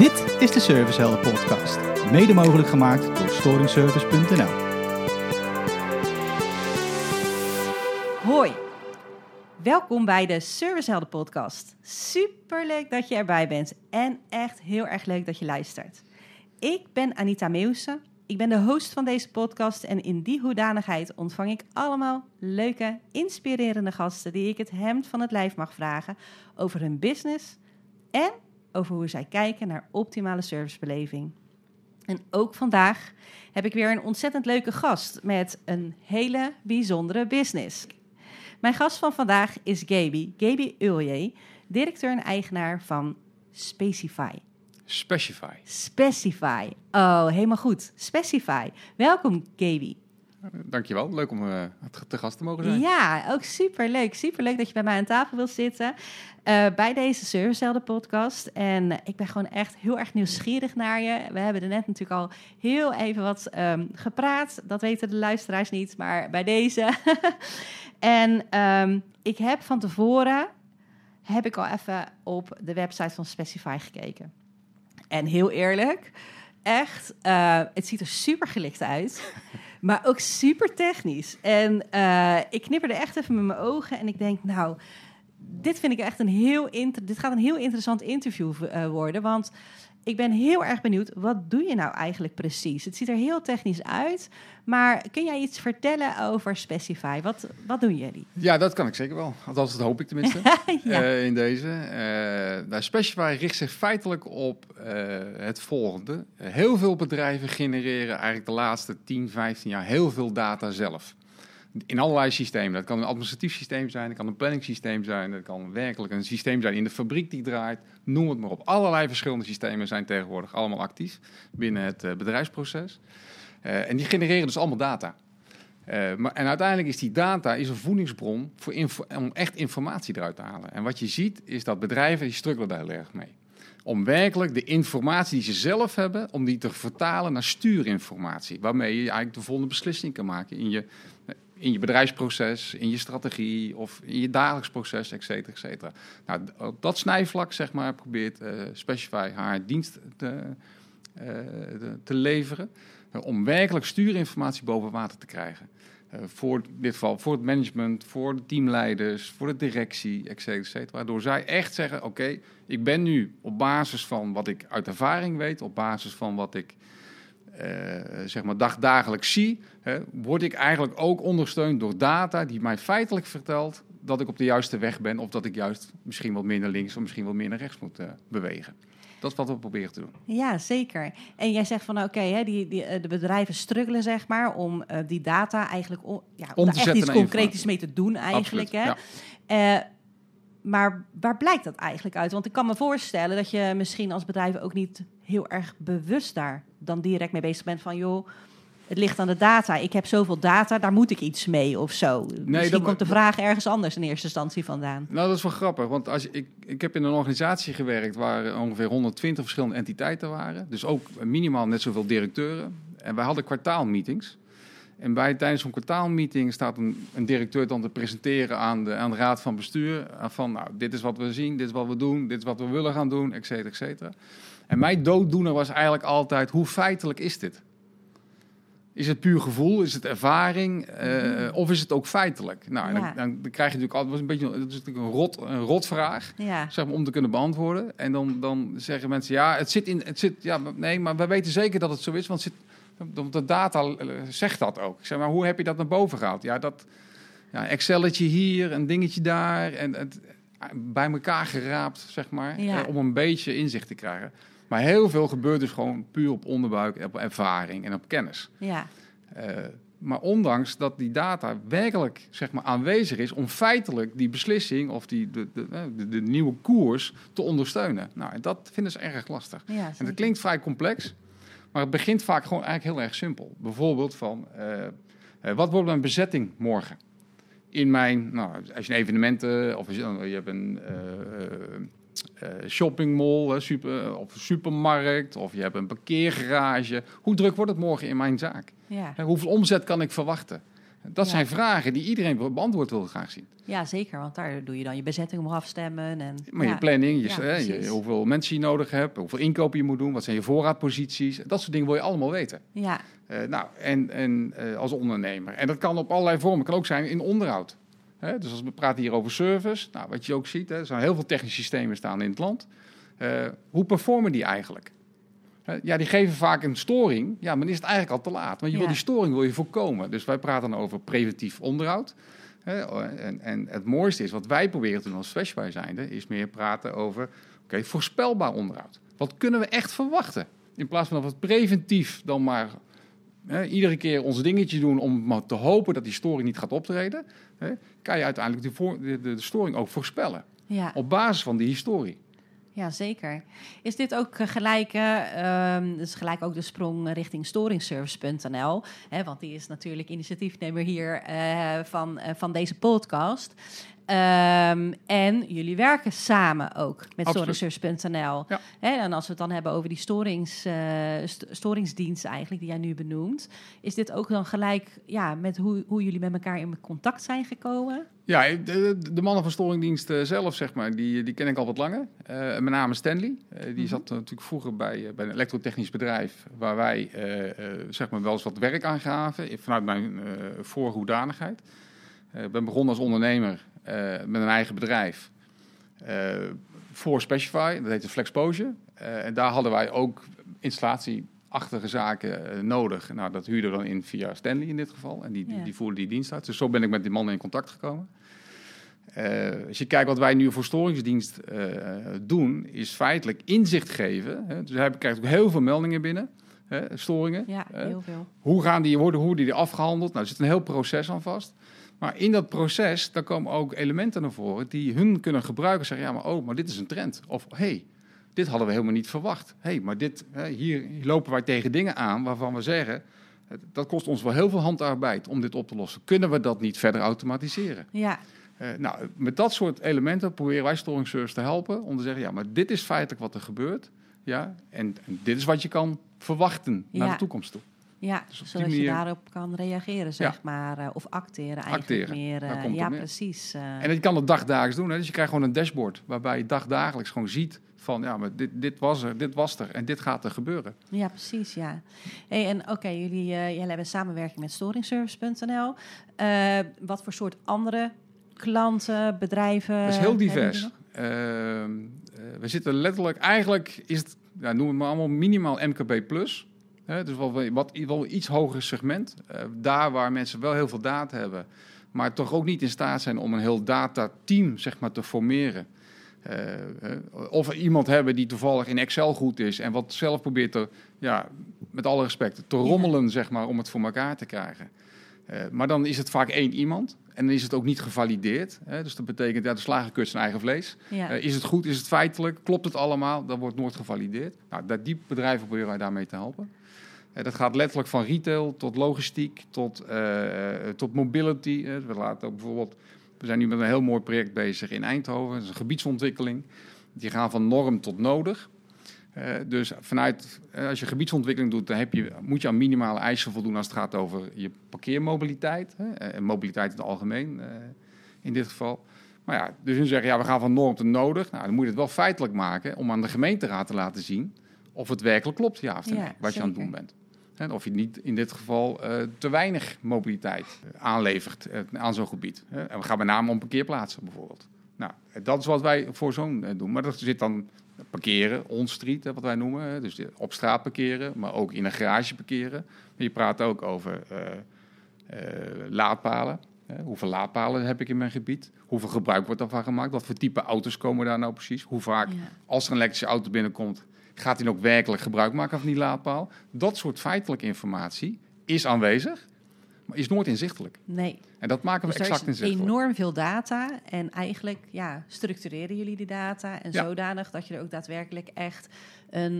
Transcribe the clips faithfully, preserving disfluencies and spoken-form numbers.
Dit is de Servicehelden podcast, mede mogelijk gemaakt door storingservice punt n l. Hoi, welkom bij de Servicehelden podcast. Superleuk dat je erbij bent en echt heel erg leuk dat je luistert. Ik ben Anita Meeuwse, ik ben de host van deze podcast en in die hoedanigheid ontvang ik allemaal leuke, inspirerende gasten die ik het hemd van het lijf mag vragen over hun business en over hoe zij kijken naar optimale servicebeleving. En ook vandaag heb ik weer een ontzettend leuke gast met een hele bijzondere business. Mijn gast van vandaag is Gaby, Gaby Uljee, directeur en eigenaar van Specify. Specify. Specify. Oh, helemaal goed. Specify. Welkom, Gaby. Dankjewel. Leuk om uh, te gast te mogen zijn. Ja, ook superleuk. Superleuk dat je bij mij aan tafel wilt zitten. Uh, bij deze Servicehelden podcast. En uh, ik ben gewoon echt heel erg nieuwsgierig naar je. We hebben er net natuurlijk al heel even wat um, gepraat. Dat weten de luisteraars niet, maar bij deze. en um, ik heb van tevoren, heb ik al even op de website van Specify gekeken. En heel eerlijk, echt, uh, het ziet er super gelicht uit. Maar ook super technisch. En uh, ik knipperde echt even met mijn ogen. En ik denk, nou, dit vind ik echt een heel... Inter- dit gaat een heel interessant interview uh, worden. Want ik ben heel erg benieuwd, wat doe je nou eigenlijk precies? Het ziet er heel technisch uit. Maar kun jij iets vertellen over Specify? Wat, wat doen jullie? Ja, dat kan ik zeker wel. Althans, dat hoop ik tenminste ja. uh, in deze. Uh, nou, Specify richt zich feitelijk op uh, het volgende. Uh, heel veel bedrijven genereren eigenlijk de laatste tien, vijftien jaar heel veel data zelf. In allerlei systemen. Dat kan een administratief systeem zijn, dat kan een planningssysteem zijn, dat kan werkelijk een systeem zijn in de fabriek die draait. Noem het maar op. Allerlei verschillende systemen zijn tegenwoordig allemaal actief binnen het uh, bedrijfsproces. Uh, en die genereren dus allemaal data. Uh, maar, en uiteindelijk is die data is een voedingsbron voor info, om echt informatie eruit te halen. En wat je ziet is dat bedrijven die struggelen daar heel erg mee. Om werkelijk de informatie die ze zelf hebben, om die te vertalen naar stuurinformatie. Waarmee je eigenlijk de volgende beslissing kan maken in je, in je bedrijfsproces, in je strategie of in je dagelijks proces, et cetera, et cetera. Nou, op dat snijvlak, zeg maar, probeert uh, Specify haar dienst te, uh, te leveren. Uh, om werkelijk stuurinformatie boven water te krijgen. Uh, voor, in dit geval voor het management, voor de teamleiders, voor de directie, et cetera, et cetera. Waardoor zij echt zeggen, oké, okay, ik ben nu op basis van wat ik uit ervaring weet, op basis van wat ik uh, zeg maar dagdagelijks zie, hè, word ik eigenlijk ook ondersteund door data die mij feitelijk vertelt dat ik op de juiste weg ben of dat ik juist misschien wat meer naar links of misschien wat meer naar rechts moet uh, bewegen. Dat is wat we proberen te doen. Ja, zeker. En jij zegt van, oké, okay, die, die, de bedrijven struggelen, zeg maar, om uh, die data eigenlijk on, ja, om, om daar echt iets concreets mee te doen eigenlijk. Absoluut, hè? Ja. Uh, maar waar blijkt dat eigenlijk uit? Want ik kan me voorstellen dat je misschien als bedrijf ook niet heel erg bewust daar dan direct mee bezig bent van, joh, het ligt aan de data. Ik heb zoveel data, daar moet ik iets mee of zo. Nee, Misschien dat, komt de vraag ergens anders in eerste instantie vandaan. Nou, dat is wel grappig. Want als je, ik, ik heb in een organisatie gewerkt waar ongeveer honderdtwintig verschillende entiteiten waren. Dus ook minimaal net zoveel directeuren. En wij hadden kwartaalmeetings. En bij, tijdens zo'n kwartaalmeeting staat een, een directeur dan te presenteren aan de, aan de raad van bestuur. Van, nou, dit is wat we zien, dit is wat we doen, dit is wat we willen gaan doen, et cetera, et cetera. En mijn dooddoener was eigenlijk altijd, hoe feitelijk is dit? Is het puur gevoel? Is het ervaring? Uh, of is het ook feitelijk? Nou, ja. dan, dan, dan krijg je natuurlijk altijd een beetje dat is natuurlijk een rot, een rotvraag, ja. zeg maar, om te kunnen beantwoorden. En dan, dan zeggen mensen, ja, het zit in, het zit, ja, nee, maar we weten zeker dat het zo is, want het zit, de data zegt dat ook. Ik zeg, maar hoe heb je dat naar boven gehaald? Ja, dat ja, Excelletje hier, een dingetje daar, en het bij elkaar geraapt, zeg maar, ja. eh, om een beetje inzicht te krijgen. Maar heel veel gebeurt dus gewoon puur op onderbuik, op ervaring en op kennis. Ja. Uh, maar ondanks dat die data werkelijk, zeg maar, aanwezig is om feitelijk die beslissing of die, de, de, de, de nieuwe koers te ondersteunen. Nou, dat vinden ze erg lastig. Ja, en dat klinkt vrij complex, maar het begint vaak gewoon eigenlijk heel erg simpel. Bijvoorbeeld van, uh, uh, wat wordt mijn bezetting morgen? In mijn, nou, als je een evenementen of je, je hebt een Uh, Uh, shoppingmall, uh, super, of supermarkt, of je hebt een parkeergarage. Hoe druk wordt het morgen in mijn zaak? Ja. Uh, hoeveel omzet kan ik verwachten? Dat ja. zijn vragen die iedereen beantwoord wil graag zien. Ja, zeker, want daar doe je dan je bezetting om afstemmen. En, Maar ja. je planning, je, Ja, hè, je, hoeveel mensen je nodig hebt, hoeveel inkopen je moet doen, wat zijn je voorraadposities. Dat soort dingen wil je allemaal weten. Ja. Uh, nou, en, en uh, als ondernemer. En dat kan op allerlei vormen. Het kan ook zijn in onderhoud. Hè? Dus als we praten hier over service, nou, wat je ook ziet, hè, er zijn heel veel technische systemen staan in het land. Uh, hoe performen die eigenlijk? Uh, ja, die geven vaak een storing. Ja, maar dan is het eigenlijk al te laat. Want je ja. wil die storing wil je voorkomen. Dus wij praten dan over preventief onderhoud. Uh, en, en het mooiste is, wat wij proberen te doen als Freshwire zijnde, is meer praten over okay, voorspelbaar onderhoud. Wat kunnen we echt verwachten? In plaats van dat we het preventief dan maar He, iedere keer ons dingetje doen om maar te hopen dat die storing niet gaat optreden, he, kan je uiteindelijk de, voor, de, de storing ook voorspellen. Ja. Op basis van die historie. Ja, zeker. Is dit ook gelijk, uh, um, dus gelijk ook de sprong richting storingservice punt n l? Hè, want die is natuurlijk initiatiefnemer hier uh, van, uh, van deze podcast. Um, en jullie werken samen ook met storingservice punt n l. Ja. Hè, en als we het dan hebben over die storings, uh, st- storingsdienst eigenlijk, die jij nu benoemt, is dit ook dan gelijk ja, met hoe, hoe jullie met elkaar in contact zijn gekomen? Ja, de, de mannen van Storingdienst zelf, zeg maar, die, die ken ik al wat langer. Uh, met name Stanley. Uh, die mm-hmm. zat natuurlijk vroeger bij, uh, bij een elektrotechnisch bedrijf, waar wij uh, uh, zeg maar wel eens wat werk aan gaven, vanuit mijn uh, vorige hoedanigheid. Ik uh, ben begonnen als ondernemer uh, met een eigen bedrijf uh, voor Specify, dat heette Flexposure. Uh, en daar hadden wij ook installatieachtige zaken uh, nodig. Nou, dat huurde dan in via Stanley in dit geval. En die, die, ja. die voerde die dienst uit. Dus zo ben ik met die mannen in contact gekomen. Uh, als je kijkt wat wij nu voor storingsdienst uh, doen, is feitelijk inzicht geven. Hè. Dus hij krijgt ook heel veel meldingen binnen, hè, storingen. Ja, heel veel. Uh, hoe gaan die worden, hoe die afgehandeld? Nou, er zit een heel proces aan vast. Maar in dat proces, daar komen ook elementen naar voren die hun kunnen gebruiken. Zeggen, ja, maar oh, maar dit is een trend. Of, hey, dit hadden we helemaal niet verwacht. hey, maar dit, hè, hier, hier lopen wij tegen dingen aan waarvan we zeggen, dat kost ons wel heel veel handarbeid om dit op te lossen. Kunnen we dat niet verder automatiseren? Ja. Uh, nou, met dat soort elementen proberen wij storingservice te helpen om te zeggen, ja, maar dit is feitelijk wat er gebeurt. Ja, en, en dit is wat je kan verwachten ja. naar de toekomst toe. Ja, dus zodat manier, je daarop kan reageren, zeg ja. maar. Uh, of acteren eigenlijk acteren. meer. Uh, ja, precies. Uh. En je kan het dagdagelijks doen. Hè? Dus je krijgt gewoon een dashboard waarbij je dagdagelijks gewoon ziet van, ja, maar dit, dit was er, dit was er en dit gaat er gebeuren. Ja, precies, ja. Hey, en oké, okay, jullie, uh, jullie hebben samenwerking met storingservice punt n l. Uh, wat voor soort andere klanten, bedrijven? Dat is heel divers. Uh, uh, we zitten letterlijk, eigenlijk is het, ja, noemen we het maar allemaal minimaal M K B plus. He, dus wel, wat, wel iets hoger segment. Uh, daar waar mensen wel heel veel data hebben, maar toch ook niet in staat zijn om een heel datateam, zeg maar, te formeren. Uh, uh, of iemand hebben die toevallig in Excel goed is en wat zelf probeert te, ja, met alle respect, te rommelen, ja. zeg maar, om het voor elkaar te krijgen. Uh, maar dan is het vaak één iemand en dan is het ook niet gevalideerd. Hè? Dus dat betekent, ja, de slager keurt zijn eigen vlees. Ja. Uh, is het goed, is het feitelijk, klopt het allemaal? Dat wordt nooit gevalideerd. Nou, dat, die bedrijven proberen wij daarmee te helpen. Uh, dat gaat letterlijk van retail tot logistiek, tot, uh, tot mobility. Uh, we laten ook bijvoorbeeld, we zijn nu met een heel mooi project bezig in Eindhoven. Dat is een gebiedsontwikkeling. Die gaan van norm tot nodig. Uh, dus vanuit, uh, als je gebiedsontwikkeling doet, dan heb je, moet je aan minimale eisen voldoen als het gaat over je parkeermobiliteit. Hè, en mobiliteit in het algemeen, uh, in dit geval. Maar ja, dus hun zeggen, ja, we gaan van norm tot nodig. Nou, dan moet je het wel feitelijk maken om aan de gemeenteraad te laten zien of het werkelijk klopt, ja of nee, ja, wat zeker. Je aan het doen bent. En of je niet in dit geval uh, te weinig mobiliteit aanlevert uh, aan zo'n gebied. Hè. En we gaan met name om parkeerplaatsen bijvoorbeeld. Nou, dat is wat wij voor zo'n uh, doen. Maar dat zit dan parkeren, on-street, hè, wat wij noemen. Hè. Dus op straat parkeren, maar ook in een garage parkeren. Je praat ook over uh, uh, laadpalen. Hè. Hoeveel laadpalen heb ik in mijn gebied? Hoeveel gebruik wordt daarvan gemaakt? Wat voor type auto's komen daar nou precies? Hoe vaak, ja. als er een elektrische auto binnenkomt, gaat hij ook werkelijk gebruik maken van die laadpaal? Dat soort feitelijke informatie is aanwezig, maar is nooit inzichtelijk. Nee. En dat maken we dus exact inzichtelijk. Er is enorm veel data en eigenlijk ja, structureren jullie die data en ja. zodanig dat je er ook daadwerkelijk echt een,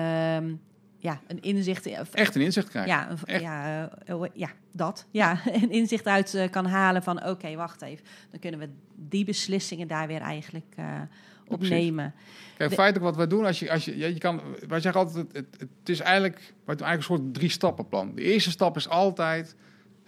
um, ja, een inzicht... Echt een inzicht krijgt. Ja, een, ja, uh, ja, dat. Ja, een inzicht uit uh, kan halen van oké, okay, wacht even. Dan kunnen we die beslissingen daar weer eigenlijk uh, opnemen. Kijk, feitelijk wat wij doen, als je, als je, ja, je kan, wij zeggen altijd, het, het, het is eigenlijk, wij doen eigenlijk een soort drie-stappenplan. De eerste stap is altijd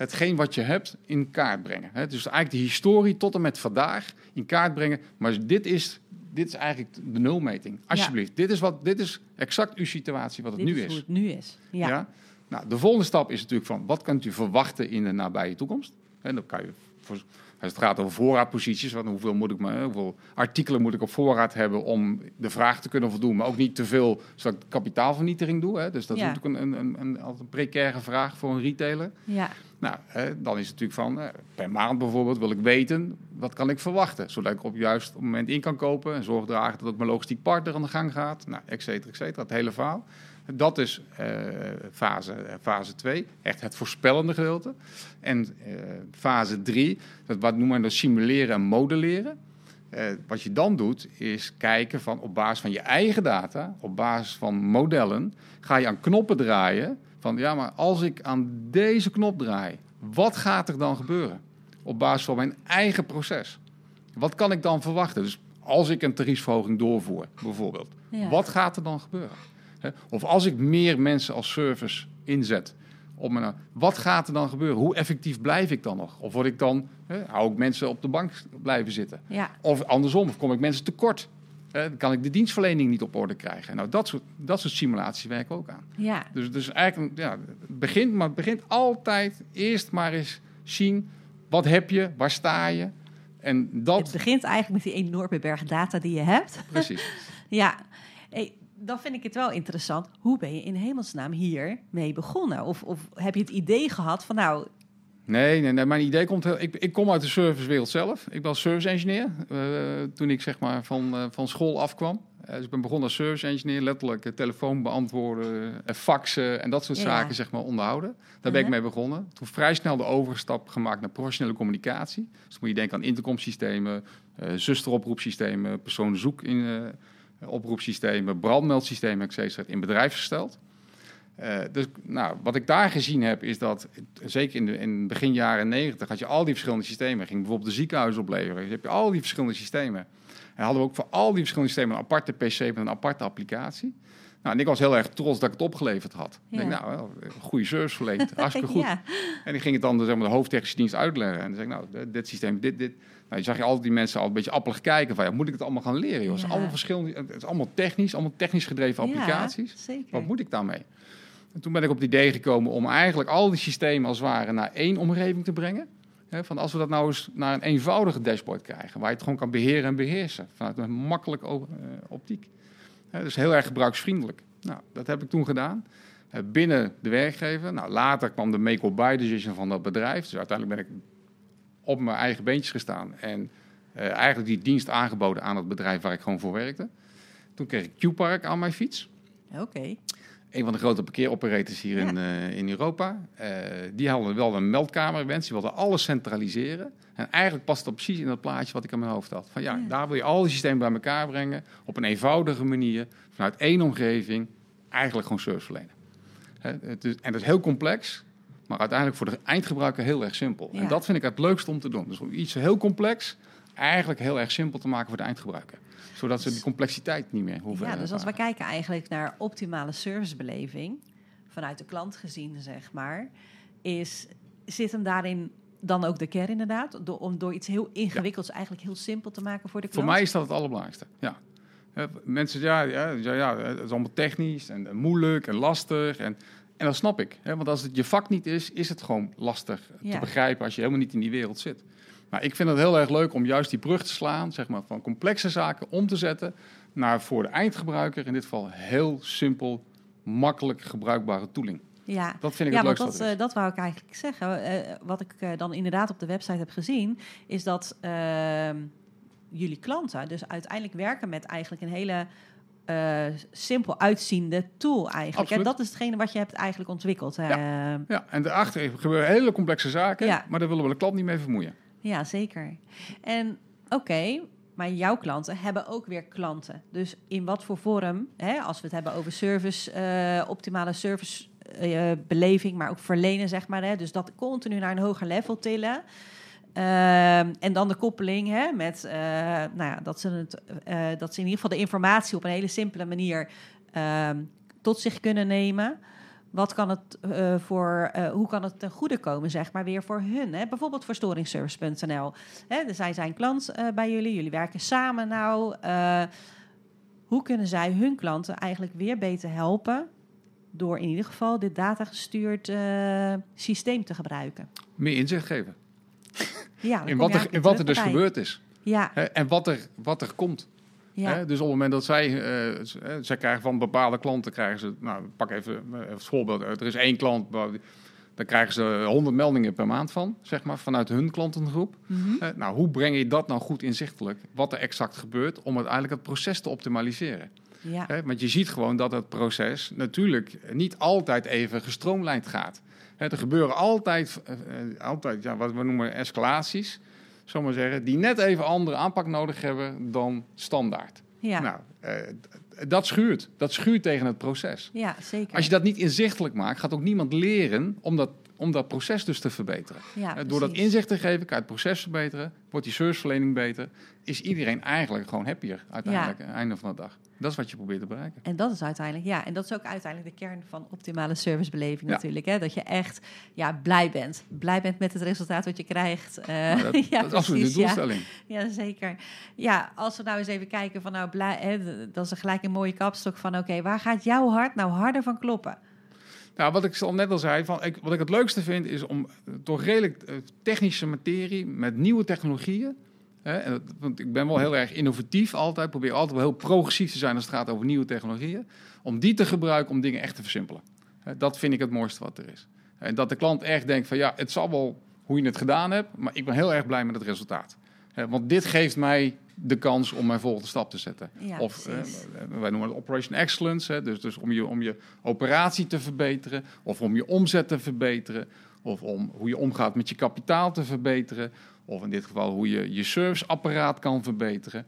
hetgeen wat je hebt in kaart brengen. Hè? Dus eigenlijk de historie tot en met vandaag in kaart brengen. Maar dit is, dit is eigenlijk de nulmeting. Alsjeblieft, ja. dit, is wat, dit is exact uw situatie wat het dit nu is. is. Hoe het nu is, ja. ja? Nou, de volgende stap is natuurlijk van, wat kunt u verwachten in de nabije toekomst? En dan kan je, voor, als het gaat over voorraadposities, want hoeveel, moet ik me, hoeveel artikelen moet ik op voorraad hebben om de vraag te kunnen voldoen, maar ook niet te veel, zodat ik kapitaalvernietiging doe. Hè? Dus dat ja. is natuurlijk een, een, een, een, een precaire vraag voor een retailer. Ja. Nou, hè, dan is het natuurlijk van, eh, per maand bijvoorbeeld wil ik weten, wat kan ik verwachten? Zodat ik op juist op het moment in kan kopen en zorg dragen dat ook mijn logistiek partner aan de gang gaat, nou, et cetera, et cetera, het hele verhaal. Dat is uh, fase, fase twee, echt het voorspellende gedeelte. En uh, fase drie, dat wat noemen we dan simuleren en modelleren. Uh, wat je dan doet, is kijken van op basis van je eigen data, op basis van modellen, ga je aan knoppen draaien van ja, maar als ik aan deze knop draai, wat gaat er dan gebeuren? Op basis van mijn eigen proces. Wat kan ik dan verwachten? Dus als ik een tariefsverhoging doorvoer, bijvoorbeeld, ja. wat gaat er dan gebeuren? Of als ik meer mensen als service inzet, op mijn, wat gaat er dan gebeuren? Hoe effectief blijf ik dan nog? Of word ik dan, hè, hou ik mensen op de bank blijven zitten? Ja. Of andersom, of kom ik mensen tekort? Hè, dan kan ik de dienstverlening niet op orde krijgen. Nou, dat soort, dat soort simulaties werken ook aan. Ja. Dus, dus eigenlijk, ja, het begint, maar het begint altijd eerst maar eens zien, wat heb je, waar sta je? En dat... Het begint eigenlijk met die enorme berg data die je hebt. Precies. Ja, hey, dan vind ik het wel interessant. Hoe ben je in hemelsnaam hier mee begonnen? Of, of heb je het idee gehad van nou... Nee, nee, nee mijn idee komt heel... Ik, ik kom uit de servicewereld zelf. Ik ben service engineer. Uh, toen ik zeg maar van, uh, van school afkwam. Uh, dus ik ben begonnen als service engineer. Letterlijk uh, telefoon beantwoorden, uh, faxen en dat soort ja. zaken zeg maar onderhouden. Daar uh-huh. ben ik mee begonnen. Toen vrij snel de overstap gemaakt naar professionele communicatie. Dus moet je denken aan intercomsystemen, uh, zusteroproepsystemen, persoonzoek in... Uh, oproepsystemen, brandmeldsystemen, et cetera, in bedrijf gesteld. Uh, dus nou, wat ik daar gezien heb, is dat, zeker in, de, in begin jaren negentig, had je al die verschillende systemen. Ging bijvoorbeeld de ziekenhuis opleveren. Dus heb je al die verschillende systemen. En hadden we ook voor al die verschillende systemen een aparte P C met een aparte applicatie. Nou, en ik was heel erg trots dat ik het opgeleverd had. Ja. Ik denk, nou, goede service verleend, hartstikke goed. Ja. En ik ging het dan zeg maar, de hoofdtechnische dienst uitleggen. En dan zei ik, nou, dit systeem, dit, dit. Nou, je zag je altijd die mensen al een beetje appelig kijken van, ja, moet ik het allemaal gaan leren? Joh? Ja. Het is allemaal verschillende, het is allemaal technisch, allemaal technisch gedreven applicaties. Ja, zeker. Wat moet ik daarmee? En toen ben ik op het idee gekomen om eigenlijk al die systemen als het ware naar één omgeving te brengen. He, van als we dat nou eens naar een eenvoudige dashboard krijgen, waar je het gewoon kan beheren en beheersen, vanuit een makkelijke uh, optiek. He, dus heel erg gebruiksvriendelijk. Nou, dat heb ik toen gedaan. Uh, binnen de werkgever. Nou, later kwam de make-or-buy decision van dat bedrijf. Dus uiteindelijk ben ik op mijn eigen beentjes gestaan en uh, eigenlijk die dienst aangeboden aan het bedrijf waar ik gewoon voor werkte. Toen kreeg ik Q-Park aan mijn fiets. Oké. Okay. Een van de grote parkeeroperators hier ja. in, uh, in Europa. Uh, die hadden wel een meldkamerwens. Die wilden alles centraliseren. En eigenlijk past dat precies in dat plaatje wat ik in mijn hoofd had. Van ja, ja. daar wil je al die systemen bij elkaar brengen. Op een eenvoudige manier. Vanuit één omgeving. Eigenlijk gewoon service verlenen. He, het is, en dat is heel complex. Maar uiteindelijk voor de eindgebruiker heel erg simpel. Ja. En dat vind ik het leukste om te doen. Dus om iets heel complex eigenlijk heel erg simpel te maken voor de eindgebruiker. Zodat ze die complexiteit niet meer hoeven. Ja, dus als we kijken eigenlijk naar optimale servicebeleving, vanuit de klant gezien, zeg maar, is, zit hem daarin dan ook de kern inderdaad? Door, om door iets heel ingewikkelds ja. eigenlijk heel simpel te maken voor de klant? Voor mij is dat het allerbelangrijkste, ja. Mensen, ja, ja, ja, ja, het is allemaal technisch en, en moeilijk en lastig. En, en dat snap ik. Hè, want als het je vak niet is, is het gewoon lastig ja. te begrijpen als je helemaal niet in die wereld zit. Maar ik vind het heel erg leuk om juist die brug te slaan, zeg maar, van complexe zaken om te zetten naar voor de eindgebruiker in dit geval heel simpel, makkelijk gebruikbare tooling. Ja, dat vind ik ja, het leukste. Want dat, uh, dat wou ik eigenlijk zeggen. Uh, wat ik uh, dan inderdaad op de website heb gezien, is dat uh, jullie klanten dus uiteindelijk werken met eigenlijk een hele uh, simpel uitziende tool eigenlijk. Absoluut. En dat is hetgene wat je hebt eigenlijk ontwikkeld. Uh, ja. ja, en daarachter gebeuren hele complexe zaken, ja. maar daar willen we de klant niet mee vermoeien. Ja, zeker. En oké, okay, maar jouw klanten hebben ook weer klanten. Dus in wat voor vorm, hè, als we het hebben over service, uh, optimale servicebeleving, uh, maar ook verlenen, zeg maar. Hè, dus dat continu naar een hoger level tillen. Uh, en dan de koppeling hè, met uh, nou ja, dat, ze het, uh, dat ze in ieder geval de informatie op een hele simpele manier uh, tot zich kunnen nemen. wat kan het uh, voor, uh, hoe kan het ten goede komen, zeg maar, weer voor hun? Hè? Bijvoorbeeld voor storingservice punt n l. Hè, zij zijn klant uh, bij jullie, jullie werken samen nou. Uh, hoe kunnen zij hun klanten eigenlijk weer beter helpen door in ieder geval dit datagestuurd uh, systeem te gebruiken? Meer inzicht geven. Ja, in wat er, in wat er dus gebeurd is. Ja. Hè, en wat er, wat er komt. Ja. Hè, dus op het moment dat zij, uh, zij krijgen van bepaalde klanten, krijgen ze, nou, pak even als voorbeeld, er is één klant, daar krijgen ze honderd meldingen per maand van, zeg maar, vanuit hun klantengroep. Mm-hmm. Uh, nou, hoe breng je dat nou goed inzichtelijk, wat er exact gebeurt, om uiteindelijk het proces te optimaliseren? Ja. Hè, want je ziet gewoon dat het proces natuurlijk niet altijd even gestroomlijnd gaat. Hè, er gebeuren altijd, uh, altijd ja, wat we noemen escalaties, zal maar zeggen, die net even andere aanpak nodig hebben dan standaard. Ja. Nou, uh, dat schuurt. Dat schuurt tegen het proces. Ja, zeker. Als je dat niet inzichtelijk maakt, gaat ook niemand leren om dat, om dat proces dus te verbeteren. Ja, uh, door dat inzicht te geven, kan je het proces verbeteren, wordt die serviceverlening beter, is iedereen eigenlijk gewoon happier uiteindelijk, ja. aan het einde van de dag. Dat is wat je probeert te bereiken. En dat is uiteindelijk, ja, en dat is ook uiteindelijk de kern van optimale servicebeleving ja. natuurlijk. Hè? Dat je echt ja, blij bent. Blij bent met het resultaat wat je krijgt. Uh, nou, dat, ja, dat is absoluut de doelstelling. Ja. ja, zeker. Ja, als we nou eens even kijken van nou, blij, hè, dat is gelijk een mooie kapstok van oké, okay, waar gaat jouw hart nou harder van kloppen? Nou, wat ik al net al zei, van, ik, wat ik het leukste vind is om toch redelijk uh, technische materie met nieuwe technologieën. Hè, want ik ben wel heel erg innovatief altijd. Probeer altijd wel heel progressief te zijn als het gaat over nieuwe technologieën. Om die te gebruiken om dingen echt te versimpelen. Hè, dat vind ik het mooiste wat er is. En dat de klant echt denkt van ja, het zal wel hoe je het gedaan hebt, maar ik ben heel erg blij met het resultaat. Hè, want dit geeft mij de kans om mijn volgende stap te zetten. Ja, of uh, wij noemen het operation excellence. Hè, dus dus om, je, om je operatie te verbeteren. Of om je omzet te verbeteren. Of om hoe je omgaat met je kapitaal te verbeteren. Of in dit geval hoe je je serviceapparaat kan verbeteren.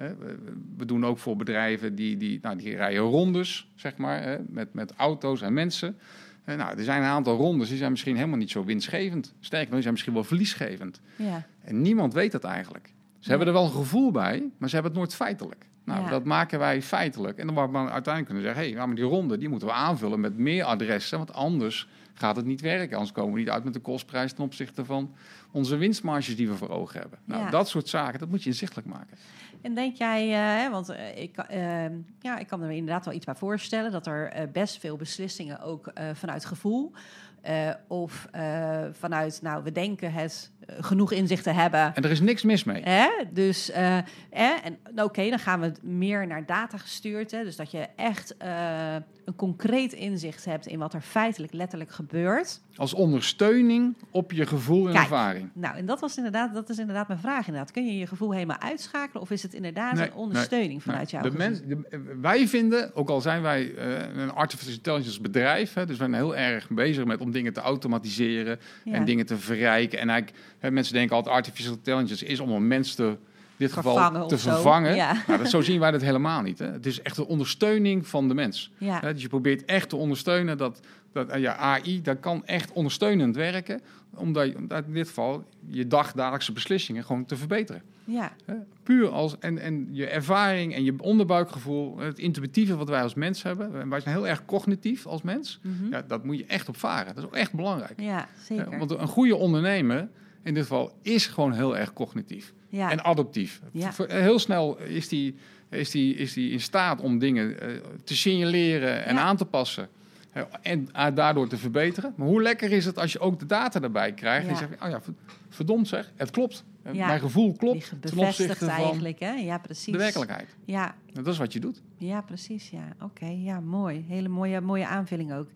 We doen ook voor bedrijven die, die, nou, die rijden rondes, zeg maar, met, met auto's en mensen. Nou, er zijn een aantal rondes die zijn misschien helemaal niet zo winstgevend. Sterker nog, die zijn misschien wel verliesgevend. Ja. En niemand weet dat eigenlijk. Ze ja. hebben er wel een gevoel bij, maar ze hebben het nooit feitelijk. Nou, ja. dat maken wij feitelijk. En dan wordt man uiteindelijk kunnen zeggen, hé, hey, nou, maar die ronde die moeten we aanvullen met meer adressen, want anders gaat het niet werken. Anders komen we niet uit met de kostprijs ten opzichte van onze winstmarges die we voor ogen hebben. Nou, ja. Dat soort zaken, dat moet je inzichtelijk maken. En denk jij, uh, want uh, ik, uh, ja, ik kan er inderdaad wel iets bij voorstellen, dat er uh, best veel beslissingen ook uh, vanuit gevoel uh, of uh, vanuit, nou, we denken het uh, genoeg inzicht te hebben. En er is niks mis mee. Hè? Dus, uh, eh, en oké, okay, dan gaan we meer naar data gestuurd. Hè? Dus dat je echt uh, een concreet inzicht hebt in wat er feitelijk letterlijk gebeurt. Als ondersteuning op je gevoel en Kijk, ervaring. Nou, en dat was inderdaad, dat is inderdaad mijn vraag inderdaad. Kun je je gevoel helemaal uitschakelen of is het inderdaad nee, een ondersteuning nee, vanuit nee. jouw de mens, de, Wij vinden, ook al zijn wij uh, een artificial intelligence bedrijf, hè, dus we zijn heel erg bezig met om dingen te automatiseren ja. en dingen te verrijken. En eigenlijk, hè, mensen denken altijd artificial intelligence is om een mens te in dit geval te vervangen. Ja. Nou, dat, zo zien wij dat helemaal niet. Hè. Het is echt de ondersteuning van de mens. Ja. Hè, dus je probeert echt te ondersteunen dat, dat ja, A I, dat kan echt ondersteunend werken, omdat je omdat in dit geval je dagdagelijkse beslissingen gewoon te verbeteren. Ja. Hè, puur als en, en je ervaring en je onderbuikgevoel, het intuïtieve wat wij als mens hebben. En wij zijn heel erg cognitief als mens. Mm-hmm. Ja, dat moet je echt op varen. Dat is ook echt belangrijk. Ja, zeker. Hè, want een goede ondernemer in dit geval is gewoon heel erg cognitief. Ja. En adaptief. Ja. Heel snel is die, is, die, is die in staat om dingen uh, te signaleren en ja. aan te passen. Uh, en uh, daardoor te verbeteren. Maar hoe lekker is het als je ook de data erbij krijgt. Ja. En je zegt, oh ja, verdomd zeg, het klopt. Ja. Mijn gevoel klopt ten opzichte eigenlijk, hè? Ja, precies. De werkelijkheid. Ja. Dat is wat je doet. Ja, precies. Ja, oké. Okay. Ja, mooi. Hele mooie, mooie aanvulling ook.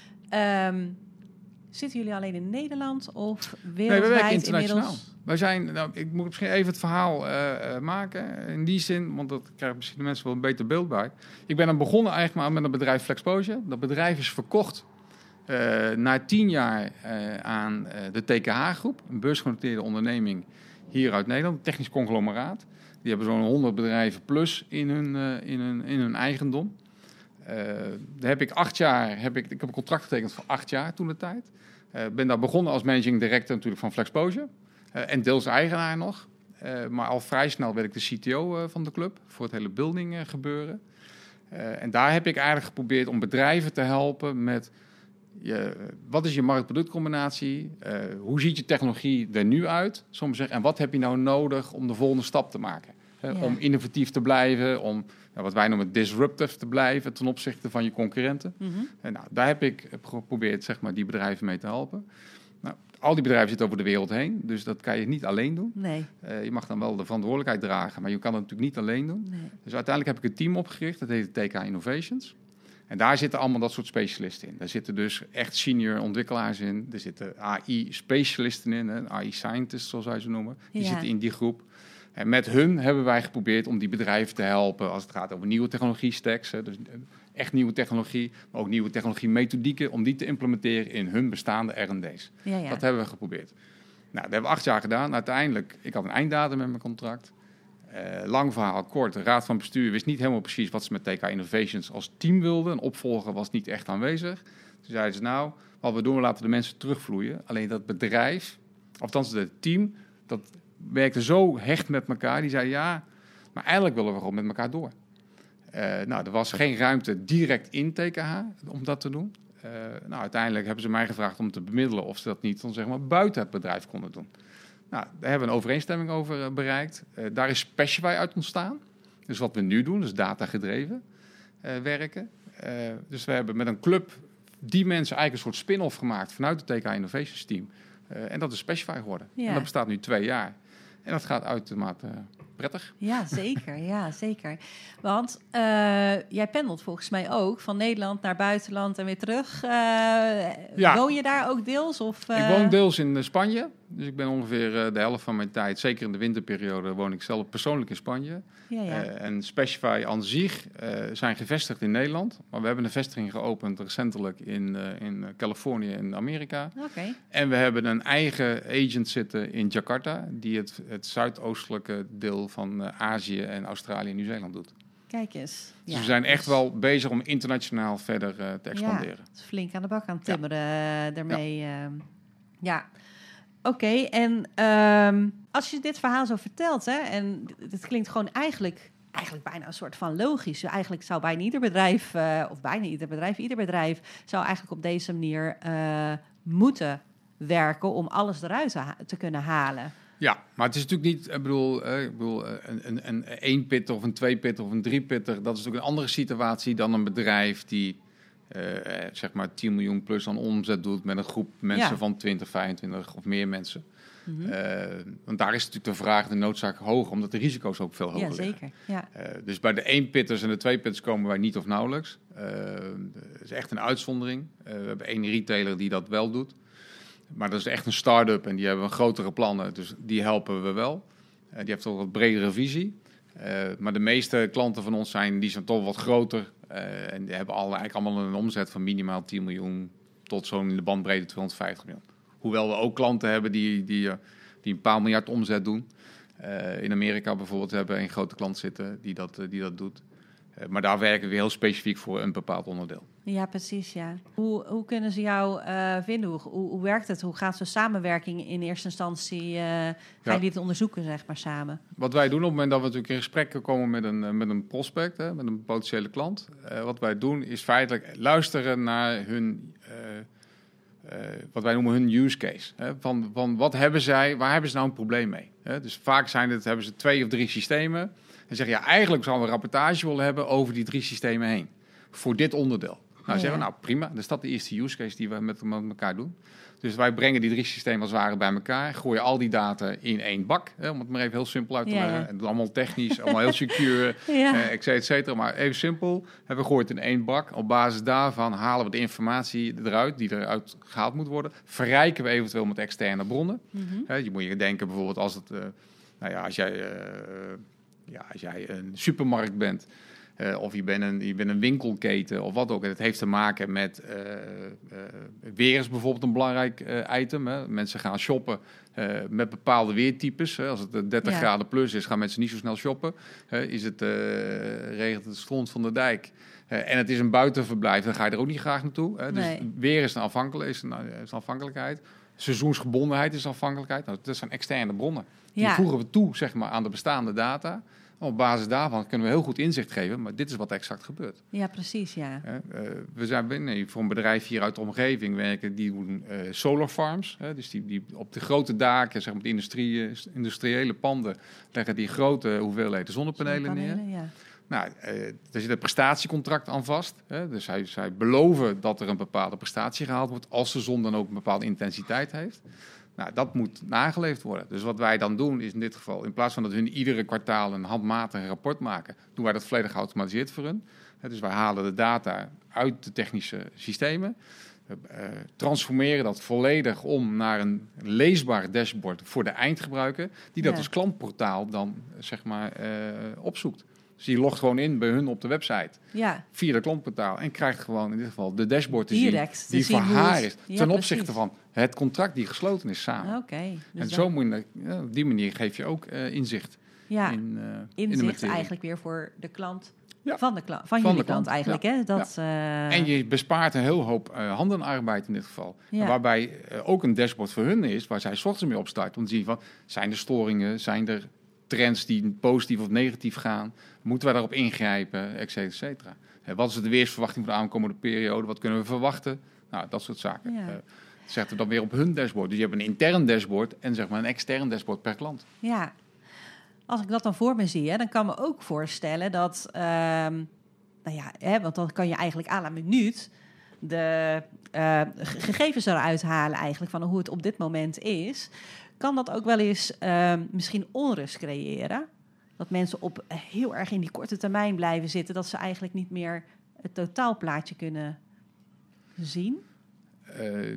Um, Zitten jullie alleen in Nederland of wereldwijd nee, we werken internationaal. Inmiddels? Wij zijn, nou, ik moet misschien even het verhaal uh, maken in die zin, want dat krijgen misschien de mensen wel een beter beeld bij. Ik ben dan begonnen eigenlijk maar met een bedrijf Flexposure. Dat bedrijf is verkocht uh, na tien jaar uh, aan uh, de T K H-groep, een beursgenoteerde onderneming hier uit Nederland, een technisch conglomeraat. Die hebben zo'n honderd bedrijven plus in hun, uh, in hun, in hun eigendom. Uh, daar heb ik acht jaar, heb ik, ik heb een contract getekend voor acht jaar toen de tijd. Uh, ben daar begonnen als managing director natuurlijk van Flexposure. Uh, en deels eigenaar nog. Uh, maar al vrij snel werd ik de C T O uh, van de club voor het hele building uh, gebeuren. Uh, en daar heb ik eigenlijk geprobeerd om bedrijven te helpen met Je, wat is je markt-productcombinatie? Uh, hoe ziet je technologie er nu uit? Soms zeggen, en wat heb je nou nodig om de volgende stap te maken? Hè? Ja. Om innovatief te blijven, om ja, wat wij noemen disruptive te blijven ten opzichte van je concurrenten. Mm-hmm. En nou, daar heb ik geprobeerd zeg maar, die bedrijven mee te helpen. Nou, al die bedrijven zitten over de wereld heen, dus dat kan je niet alleen doen. Nee. Uh, je mag dan wel de verantwoordelijkheid dragen, maar je kan het natuurlijk niet alleen doen. Nee. Dus uiteindelijk heb ik een team opgericht, dat heet T K Innovations. En daar zitten allemaal dat soort specialisten in. Daar zitten dus echt senior ontwikkelaars in. Er zitten A I-specialisten in, hè, A I-scientists zoals wij ze noemen. Die ja. zitten in die groep. En met hun hebben wij geprobeerd om die bedrijven te helpen als het gaat over nieuwe technologie-stacks. Hè, dus echt nieuwe technologie, maar ook nieuwe technologie-methodieken om die te implementeren in hun bestaande R en D's. Ja, ja. Dat hebben we geprobeerd. Nou, dat hebben we acht jaar gedaan. Uiteindelijk, ik had een einddatum met mijn contract. Uh, lang verhaal kort, de raad van bestuur wist niet helemaal precies wat ze met T K Innovations als team wilden. Een opvolger was niet echt aanwezig. Toen zeiden ze, nou, wat we doen, we laten de mensen terugvloeien. Alleen dat bedrijf, althans het team, dat werkte zo hecht met elkaar. Die zei, ja, maar eigenlijk willen we gewoon met elkaar door. Uh, nou, er was geen ruimte direct in T K H om dat te doen. Uh, nou, uiteindelijk hebben ze mij gevraagd om te bemiddelen of ze dat niet dan zeg maar buiten het bedrijf konden doen. Nou, daar hebben we een overeenstemming over uh, bereikt. Uh, daar is Specify uit ontstaan. Dus wat we nu doen, dus data-gedreven uh, werken. Uh, dus we hebben met een club die mensen eigenlijk een soort spin-off gemaakt vanuit het T K Innovations team. Uh, en dat is Specify geworden. Ja. En dat bestaat nu twee jaar. En dat gaat uitermate uh, prettig. Ja, zeker. Ja, zeker. Want uh, jij pendelt volgens mij ook van Nederland naar buitenland en weer terug. Uh, ja. Woon je daar ook deels? Of, uh... Ik woon deels in Spanje. Dus ik ben ongeveer uh, de helft van mijn tijd, zeker in de winterperiode, woon ik zelf persoonlijk in Spanje. Ja, ja. Uh, en Specify aan zich uh, zijn gevestigd in Nederland. Maar we hebben een vestiging geopend recentelijk in, uh, in Californië in Amerika. Okay. En we hebben een eigen agent zitten in Jakarta, die het, het zuidoostelijke deel van uh, Azië en Australië en Nieuw-Zeeland doet. Kijk eens. Dus ja, we zijn echt dus... wel bezig om internationaal verder uh, te expanderen. Ja, het is flink aan de bak aan het timmeren ja. daarmee. Ja. Uh, ja. Oké, okay, en um, als je dit verhaal zo vertelt, hè, en dit klinkt gewoon eigenlijk, eigenlijk bijna een soort van logisch. Eigenlijk zou bijna ieder bedrijf, uh, of bijna ieder bedrijf, ieder bedrijf zou eigenlijk op deze manier uh, moeten werken om alles eruit te, ha- te kunnen halen. Ja, maar het is natuurlijk niet, ik bedoel, uh, ik bedoel uh, een, een, een één pitter of een twee pitter of een drie pitter. Dat is natuurlijk een andere situatie dan een bedrijf die uh, zeg maar tien miljoen plus aan omzet doet met een groep mensen ja. van twintig, vijfentwintig of meer mensen. Mm-hmm. Uh, want daar is natuurlijk de vraag, de noodzaak hoger, omdat de risico's ook veel hoger ja, zeker. liggen. Ja. Uh, dus bij de één pitters en de twee pitters komen wij niet of nauwelijks. Uh, dat is echt een uitzondering. Uh, we hebben één retailer die dat wel doet. Maar dat is echt een start-up en die hebben grotere plannen, dus die helpen we wel. Uh, die heeft toch wat bredere visie. Uh, maar de meeste klanten van ons zijn, die zijn toch wat groter. Uh, en die hebben alle, eigenlijk allemaal een omzet van minimaal tien miljoen tot zo'n in de bandbreedte tweehonderdvijftig miljoen. Hoewel we ook klanten hebben die, die, die een paar miljard omzet doen. Uh, in Amerika bijvoorbeeld hebben we een grote klant zitten die dat, uh, die dat doet. Uh, maar daar werken we heel specifiek voor een bepaald onderdeel. Ja, precies, ja. Hoe, hoe kunnen ze jou uh, vinden? Hoe, hoe, hoe werkt het? Hoe gaat zo'n samenwerking in eerste instantie? Uh, gaan ja. jullie het onderzoeken, zeg maar, samen? Wat wij doen op het moment dat we natuurlijk in gesprek komen met een, met een prospect, hè, met een potentiële klant. Uh, wat wij doen is feitelijk luisteren naar hun, uh, uh, wat wij noemen hun use case. Hè, van, van wat hebben zij, waar hebben ze nou een probleem mee? Hè? Dus vaak zijn het, hebben ze twee of drie systemen. En zeggen, ja, eigenlijk zouden we een rapportage willen hebben over die drie systemen heen. Voor dit onderdeel. Nou, ja. zeggen we, nou prima, dan is dat de eerste use case die we met, met elkaar doen. Dus wij brengen die drie systemen als het ware bij elkaar, gooien al die data in één bak, hè, om het maar even heel simpel uit te leggen. Ja, ja. En allemaal technisch, allemaal heel secure, ja. eh, et cetera, et cetera, maar even simpel. En we gooien het in één bak. Op basis daarvan halen we de informatie eruit, die eruit gehaald moet worden. Verrijken we eventueel met externe bronnen. Mm-hmm. Hè, je moet je denken bijvoorbeeld als het, uh, nou ja, als jij, uh, ja, als jij een supermarkt bent. Uh, of je bent, een, je bent een winkelketen of wat ook. En het heeft te maken met uh, uh, weer is bijvoorbeeld een belangrijk uh, item. Hè. Mensen gaan shoppen uh, met bepaalde weertypes. Hè. Als het dertig ja. graden plus is, gaan mensen niet zo snel shoppen. Uh, is het, uh, regent het stront van de dijk uh, en het is een buitenverblijf, dan ga je er ook niet graag naartoe. Hè. Dus nee. weer is een, afhankelijk, is, een, is een afhankelijkheid. Seizoensgebondenheid is een afhankelijkheid. Nou, dat zijn externe bronnen. Die ja. voegen we toe zeg maar, aan de bestaande data. Op basis daarvan kunnen we heel goed inzicht geven, maar dit is wat exact gebeurt. Ja, precies, ja. Uh, we zijn nee, voor een bedrijf hier uit de omgeving werken, die doen uh, solar farms. Hè, dus die, die op de grote daken, zeg maar de industrie, industriële panden, leggen die grote hoeveelheden zonnepanelen, zonnepanelen neer. Ja. Nou, uh, er zit een prestatiecontract aan vast. Hè, dus zij, zij beloven dat er een bepaalde prestatie gehaald wordt, als de zon dan ook een bepaalde intensiteit heeft. Nou, dat moet nageleefd worden. Dus wat wij dan doen is in dit geval, in plaats van dat we iedere kwartaal een handmatig rapport maken, doen wij dat volledig geautomatiseerd voor hun. Dus wij halen de data uit de technische systemen, uh, transformeren dat volledig om naar een leesbaar dashboard voor de eindgebruiker, die dat ja. als klantportaal dan zeg maar uh, opzoekt. Dus die logt gewoon in bij hun op de website. Ja. Via de klantportaal. En krijgt gewoon in dit geval de dashboard te Direct, zien. Die voor haar is. Ja, ten opzichte precies. van het contract die gesloten is samen. Okay, dus en zo moet je, ja, op die manier geef je ook uh, inzicht. Ja, in, uh, inzicht in eigenlijk weer voor de klant. Ja. Van, de klant, van, van jullie de klant, klant eigenlijk. Ja. Hè? Dat, ja. uh... En je bespaart een heel hoop uh, handenarbeid in dit geval. Ja. Waarbij uh, ook een dashboard voor hun is, waar zij 's ochtends mee opstarten. Om te zien van, zijn er storingen, zijn er trends die positief of negatief gaan? Moeten wij daarop ingrijpen, et cetera, et cetera. Wat is de weersverwachting voor de aankomende periode? Wat kunnen we verwachten? Nou, dat soort zaken. Ja. Uh, zetten we dan weer op hun dashboard. Dus je hebt een intern dashboard en zeg maar een extern dashboard per klant. Ja, als ik dat dan voor me zie, hè, dan kan me ook voorstellen dat, uh, nou ja, hè, want dan kan je eigenlijk à la minuut de uh, gegevens eruit halen eigenlijk van hoe het op dit moment is. Kan dat ook wel eens uh, misschien onrust creëren? Dat mensen op heel erg in die korte termijn blijven zitten, dat ze eigenlijk niet meer het totaalplaatje kunnen zien? Uh,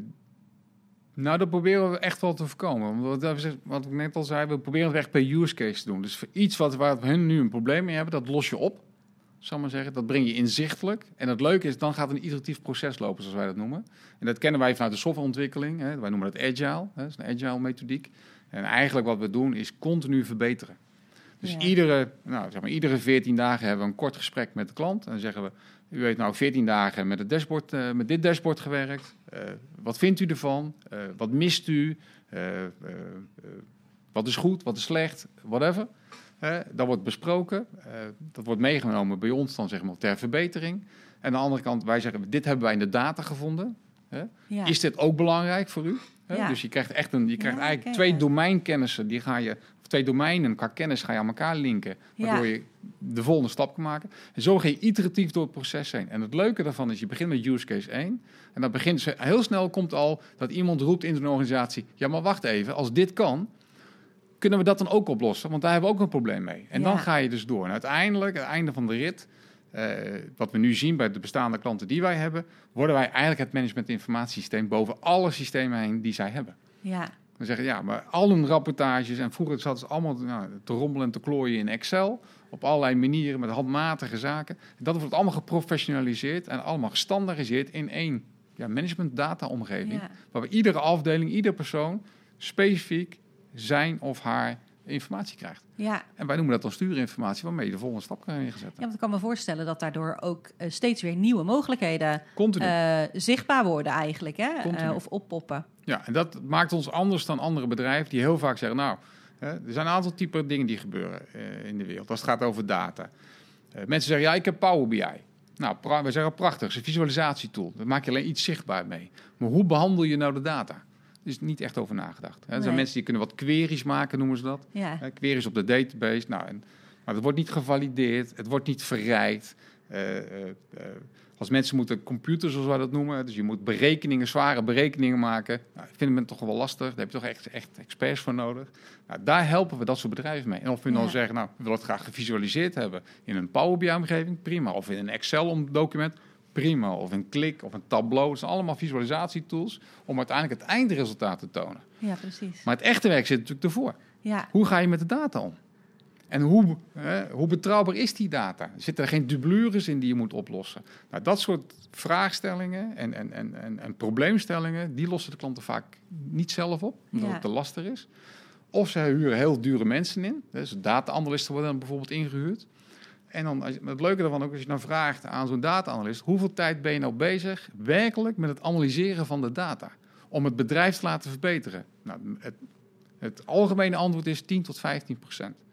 nou, dat proberen we echt wel te voorkomen. Wat, wat ik net al zei, we proberen het echt per use case te doen. Dus voor iets wat, waar we hun nu een probleem mee hebben, dat los je op. Zal maar zeggen. Dat breng je inzichtelijk. En het leuke is, dan gaat een iteratief proces lopen, zoals wij dat noemen. En dat kennen wij vanuit de softwareontwikkeling. Hè. Wij noemen dat agile. Hè. Dat is een agile methodiek. En eigenlijk wat we doen, is continu verbeteren. Dus ja. iedere, nou, zeg maar, iedere veertien dagen hebben we een kort gesprek met de klant. En dan zeggen we, u heeft nou veertien dagen met, het dashboard, uh, met dit dashboard gewerkt. Uh, wat vindt u ervan? Uh, wat mist u? Uh, uh, uh, wat is goed? Wat is slecht? Whatever. Uh, dat wordt besproken. Uh, dat wordt meegenomen bij ons dan zeg maar ter verbetering. En aan de andere kant, wij zeggen, dit hebben wij in de data gevonden. Uh, ja. Is dit ook belangrijk voor u? Uh, ja. Dus je krijgt echt een, je krijgt ja, eigenlijk okay, twee ja. domeinkennissen, die ga je, of twee domeinen qua kennis ga je aan elkaar linken, waardoor ja. je de volgende stap kan maken. En zo ga je iteratief door het proces heen. En het leuke daarvan is, je begint met use case één. En dan begint ze, heel snel komt al dat iemand roept in zo'n organisatie, ja maar wacht even, als dit kan, kunnen we dat dan ook oplossen? Want daar hebben we ook een probleem mee. En ja. dan ga je dus door. En uiteindelijk, aan het einde van de rit, uh, wat we nu zien bij de bestaande klanten die wij hebben, worden wij eigenlijk het management informatiesysteem boven alle systemen heen die zij hebben. Ja. We zeggen, ja, maar al hun rapportages, en vroeger zat het allemaal nou, te rommelen en te klooien in Excel, op allerlei manieren, met handmatige zaken. Dat wordt allemaal geprofessionaliseerd en allemaal gestandaardiseerd in één ja, management data omgeving, ja. waar we iedere afdeling, ieder persoon specifiek zijn of haar informatie krijgt. Ja. En wij noemen dat dan stuurinformatie, waarmee je de volgende stap kan inzetten. Ja, want ik kan me voorstellen dat daardoor ook uh, steeds weer nieuwe mogelijkheden uh, zichtbaar worden eigenlijk, hè? Uh, of oppoppen. Ja, en dat maakt ons anders dan andere bedrijven die heel vaak zeggen, nou, uh, er zijn een aantal typen dingen die gebeuren uh, in de wereld. Als het gaat over data. Uh, mensen zeggen, ja, ik heb Power B I. Nou, pra- wij zeggen prachtig, het is een visualisatietool. Daar maak je alleen iets zichtbaar mee. Maar hoe behandel je nou de data? Er is niet echt over nagedacht. Hè. Er nee. zijn mensen die kunnen wat queries maken, noemen ze dat. Ja. Hè, queries op de database. Nou, en, maar het wordt niet gevalideerd, het wordt niet verrijkt. Uh, uh, uh, als mensen moeten computers, zoals wij dat noemen, dus je moet berekeningen, zware berekeningen maken. Nou, ik vind het toch wel lastig, daar heb je toch echt, echt experts voor nodig. Nou, daar helpen we dat soort bedrijven mee. En of we ja. nou zeggen, nou, we willen het graag gevisualiseerd hebben in een Power B I-omgeving, prima. Of in een Excel-document, prima. Of een Qlik of een Tableau. Dat zijn allemaal visualisatietools om uiteindelijk het eindresultaat te tonen. Ja, precies. Maar het echte werk zit natuurlijk ervoor. Ja. Hoe ga je met de data om? En hoe, hè, hoe betrouwbaar is die data? Zitten er geen dublures in die je moet oplossen? Nou, dat soort vraagstellingen en, en, en, en, en probleemstellingen, die lossen de klanten vaak niet zelf op, omdat ja. het te lastig is. Of ze huren heel dure mensen in. Dus data-analysten worden dan bijvoorbeeld ingehuurd. En dan, het leuke daarvan ook, als je dan vraagt aan zo'n data-analyst, hoeveel tijd ben je nou bezig werkelijk met het analyseren van de data? Om het bedrijf te laten verbeteren. Nou, het, het algemene antwoord is tien tot vijftien procent.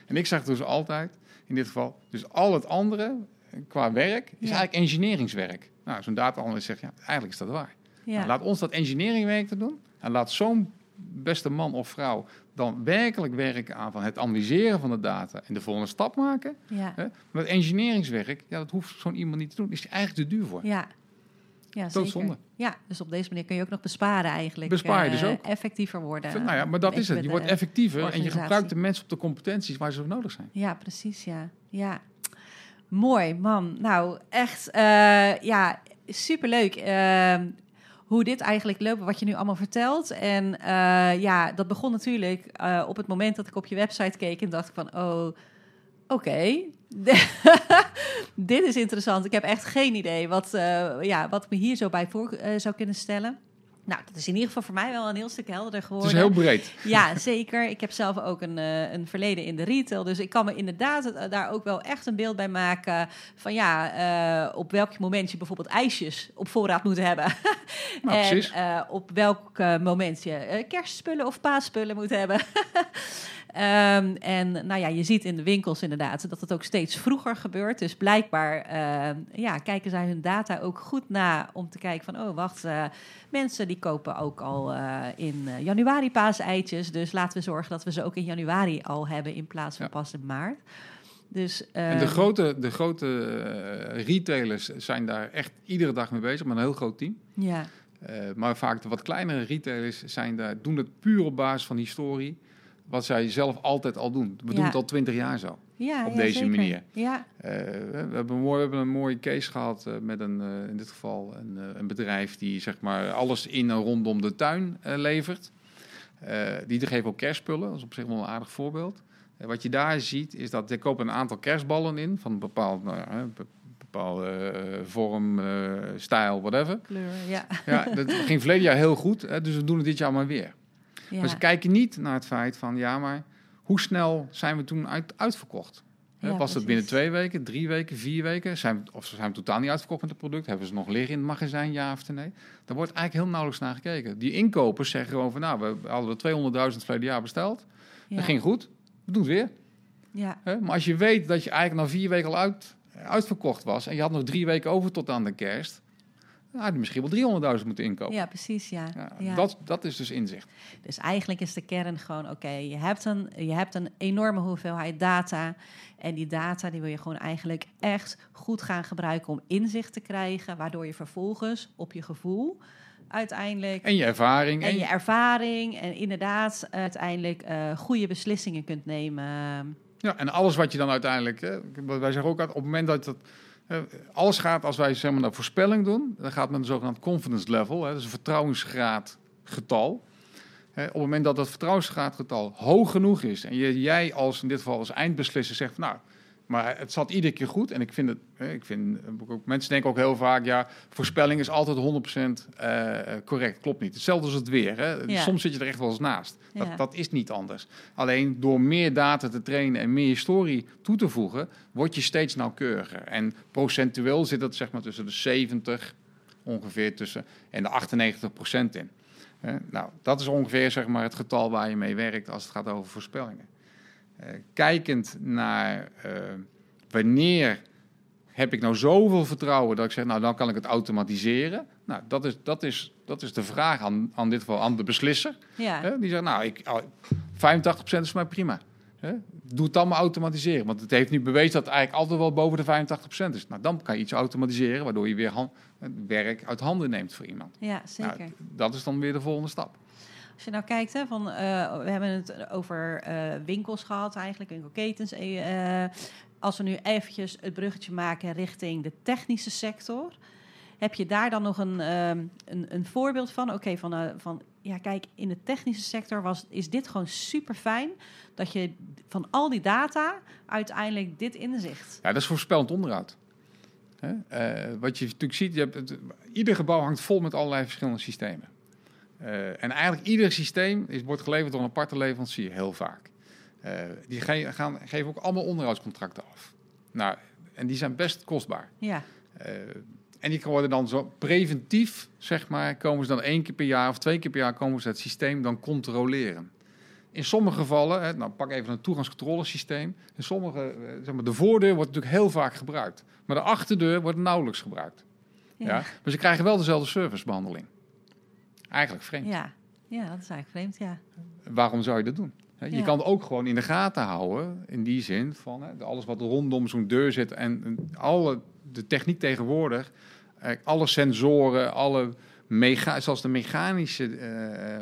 En ik zeg dus altijd, in dit geval, dus al het andere qua werk is ja. eigenlijk engineeringswerk. Nou, zo'n data-analyst zegt, ja, eigenlijk is dat waar. Ja. Nou, laat ons dat engineeringwerk te doen. En laat zo'n beste man of vrouw dan werkelijk werken aan van het analyseren van de data en de volgende stap maken. Ja. Hè? Maar het engineeringswerk, ja, dat hoeft zo'n iemand niet te doen. Is hij eigenlijk te duur voor. Ja. Ja, Doodzonde. zeker. Ja, dus op deze manier kun je ook nog besparen eigenlijk. Bespaar je dus uh, ook. Effectiever worden. Nou ja, maar dat is het. Je wordt effectiever en je gebruikt de mensen op de competenties waar ze voor nodig zijn. Ja, precies, ja. ja. Mooi, man. Nou, echt, uh, ja, superleuk. Uh, hoe dit eigenlijk loopt, wat je nu allemaal vertelt. En uh, ja, dat begon natuurlijk uh, op het moment dat ik op je website keek en dacht ik van, oh, oké, okay. Dit is interessant. Ik heb echt geen idee wat, uh, ja, wat ik me hier zo bij voor uh, zou kunnen stellen. Nou, dat is in ieder geval voor mij wel een heel stuk helderder geworden. Het is heel breed. Ja, zeker. Ik heb zelf ook een, uh, een verleden in de retail. Dus ik kan me inderdaad uh, daar ook wel echt een beeld bij maken van ja, uh, op welk moment je bijvoorbeeld ijsjes op voorraad moet hebben. Nou, en precies. Uh, op welk uh, moment je uh, kerstspullen of paasspullen moet hebben. Um, en nou ja, je ziet in de winkels inderdaad dat het ook steeds vroeger gebeurt. Dus blijkbaar uh, ja, kijken zij hun data ook goed na om te kijken van, oh wacht, uh, mensen die kopen ook al uh, in uh, januari paaseitjes. Dus laten we zorgen dat we ze ook in januari al hebben in plaats van ja. pas in maart. Dus, um, en de grote, de grote uh, retailers zijn daar echt iedere dag mee bezig met een heel groot team. Ja. Uh, maar vaak de wat kleinere retailers zijn daar, doen het puur op basis van historie. Wat zij zelf altijd al doen. We ja. doen het al twintig jaar zo. Ja, op ja, deze zeker. manier. Ja. Uh, we, hebben een mooi, we hebben een mooie case gehad uh, met een, uh, in dit geval een, uh, een bedrijf die zeg maar alles in en rondom de tuin uh, levert. Uh, die geven ook kerstspullen. Dat is op zich wel een aardig voorbeeld. Uh, wat je daar ziet is dat je koopt een aantal kerstballen in van een bepaald, nou ja, be- bepaalde uh, vorm, uh, stijl, whatever. Kleur, ja. Ja, dat ging verleden jaar heel goed, hè, dus we doen het dit jaar maar weer. Ja. Maar ze kijken niet naar het feit van, ja, maar hoe snel zijn we toen uit, uitverkocht? Ja, was precies. Dat binnen twee weken, drie weken, vier weken? Zijn we, of zijn we totaal niet uitverkocht met het product? Hebben ze nog liggen in het magazijn, ja of nee? Daar wordt eigenlijk heel nauwelijks naar gekeken. Die inkopers zeggen gewoon van, nou, we hadden tweehonderdduizend verleden jaar besteld. Ja. Dat ging goed, we doen het weer. Ja. He, maar als je weet dat je eigenlijk na vier weken al uit, uitverkocht was en je had nog drie weken over tot aan de kerst, dan had je misschien wel driehonderdduizend moeten inkopen. Ja, precies, ja. ja, ja. Dat, dat is dus inzicht. Dus eigenlijk is de kern gewoon, oké, okay, je hebt een, je hebt een enorme hoeveelheid data. En die data die wil je gewoon eigenlijk echt goed gaan gebruiken om inzicht te krijgen, waardoor je vervolgens op je gevoel uiteindelijk... En je ervaring. En, en je ervaring. En inderdaad uiteindelijk uh, goede beslissingen kunt nemen. Ja, en alles wat je dan uiteindelijk... Hè, wij zeggen ook, op het moment dat het... Uh, alles gaat, als wij zeg maar, een voorspelling doen, dan gaat met een zogenaamd confidence level, hè, dus een vertrouwensgraad getal. Hè, op het moment dat dat vertrouwensgraadgetal hoog genoeg is en je, jij als in dit geval als eindbeslisser zegt van, nou, maar het zat iedere keer goed. En ik vind het, ik vind, ook, mensen denken ook heel vaak, ja, voorspelling is altijd honderd procent uh, correct. Klopt niet. Hetzelfde als het weer. Hè. Ja. Soms zit je er echt wel eens naast. Dat, ja. dat is niet anders. Alleen door meer data te trainen en meer historie toe te voegen, word je steeds nauwkeuriger. En procentueel zit dat zeg maar tussen de zeventig ongeveer tussen en de achtennegentig procent in. Uh, nou, dat is ongeveer zeg maar het getal waar je mee werkt als het gaat over voorspellingen. Uh, kijkend naar uh, wanneer heb ik nou zoveel vertrouwen dat ik zeg, nou dan kan ik het automatiseren. Nou, dat is, dat is, dat is de vraag aan, aan dit geval aan de beslisser. Ja. Uh, die zegt, nou, ik, vijfentachtig procent is voor mij prima. Uh, doe het dan maar automatiseren. Want het heeft nu bewezen dat het eigenlijk altijd wel boven de vijfentachtig procent is. Nou, dan kan je iets automatiseren, waardoor je weer hand, werk uit handen neemt voor iemand. Ja, zeker. Nou, dat is dan weer de volgende stap. Als je nou kijkt, hè, van, uh, we hebben het over uh, winkels gehad eigenlijk, winkelketens. Uh, als we nu eventjes het bruggetje maken richting de technische sector, heb je daar dan nog een, uh, een, een voorbeeld van? Oké, okay, van, uh, van ja, kijk, in de technische sector was, is dit gewoon super fijn dat je van al die data uiteindelijk dit inzicht. Ja, dat is voorspellend onderhoud. Hè? Uh, wat je natuurlijk ziet, je hebt het, ieder gebouw hangt vol met allerlei verschillende systemen. Uh, en eigenlijk ieder systeem is, wordt geleverd door een aparte leverancier, heel vaak. Uh, die ge- gaan, geven ook allemaal onderhoudscontracten af. Nou, en die zijn best kostbaar. Ja. Uh, en die worden dan zo preventief, zeg maar, komen ze dan één keer per jaar of twee keer per jaar komen ze het systeem dan controleren. In sommige gevallen, hè, nou pak even een toegangscontrolesysteem. In sommige, zeg maar, de voordeur wordt natuurlijk heel vaak gebruikt. Maar de achterdeur wordt nauwelijks gebruikt. Ja. Ja? Maar ze krijgen wel dezelfde servicebehandeling. Eigenlijk vreemd. Ja. ja, dat is eigenlijk vreemd, ja. Waarom zou je dat doen? Je Ja. kan ook gewoon in de gaten houden, in die zin van hè, alles wat rondom zo'n deur zit en, en alle de techniek tegenwoordig, eh, alle sensoren, alle mega, zoals de mechanische uh, uh,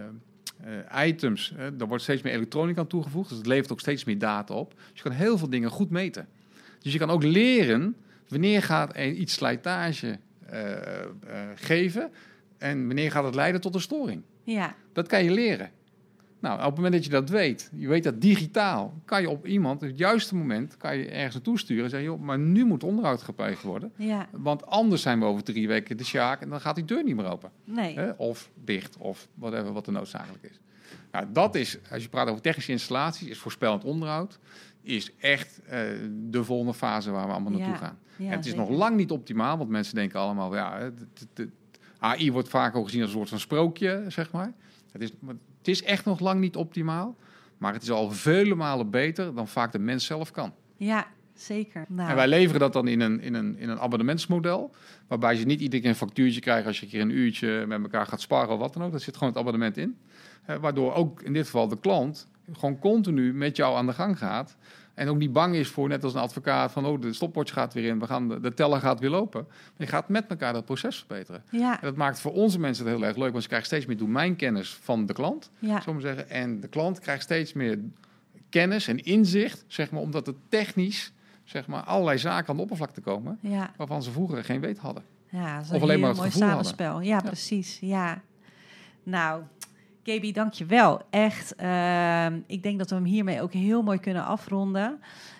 uh, items, uh, daar wordt steeds meer elektronica aan toegevoegd, dus het levert ook steeds meer data op. Dus je kan heel veel dingen goed meten. Dus je kan ook leren wanneer gaat er iets slijtage uh, uh, geven en wanneer gaat het leiden tot een storing. Ja. Dat kan je leren. Nou, op het moment dat je dat weet, je weet dat digitaal, kan je op iemand, op het juiste moment, kan je ergens naartoe sturen en zeggen, joh, maar nu moet onderhoud gepleegd worden. Ja. Want anders zijn we over drie weken de sjaak en dan gaat die deur niet meer open. Nee. Hè? Of dicht, of whatever, wat er noodzakelijk is. Nou, dat is, als je praat over technische installaties, is voorspellend onderhoud, is echt uh, de volgende fase waar we allemaal naartoe ja. gaan. Ja, en het is zeker. nog lang niet optimaal, want mensen denken allemaal, ja, het, het, het, A I wordt vaak ook gezien als een soort van sprookje, zeg maar. Het is, het is echt nog lang niet optimaal, maar het is al vele malen beter dan vaak de mens zelf kan. Ja, zeker. Nou. En wij leveren dat dan in een, in, een, in een abonnementsmodel, waarbij je niet iedere keer een factuurtje krijgt als je een keer een uurtje met elkaar gaat sparren of wat dan ook. Dat zit gewoon het abonnement in. Uh, waardoor ook in dit geval de klant gewoon continu met jou aan de gang gaat. En ook niet bang is voor, net als een advocaat, van oh, de stopwatch gaat weer in, we gaan de, de teller gaat weer lopen. Maar je gaat met elkaar dat proces verbeteren. Ja. En dat maakt voor onze mensen het heel erg leuk, want ze krijgen steeds meer domeinkennis van de klant, Ja. zullen we zeggen. En de klant krijgt steeds meer kennis en inzicht, zeg maar, omdat het technisch, zeg maar, allerlei zaken aan de oppervlakte komen, Ja. waarvan ze vroeger geen weet hadden. Ja, dat is Of een alleen maar heel het mooi gevoel samenspel. Ja, Ja. precies. Ja. Nou, Gaby, dank je wel. Echt, uh, ik denk dat we hem hiermee ook heel mooi kunnen afronden.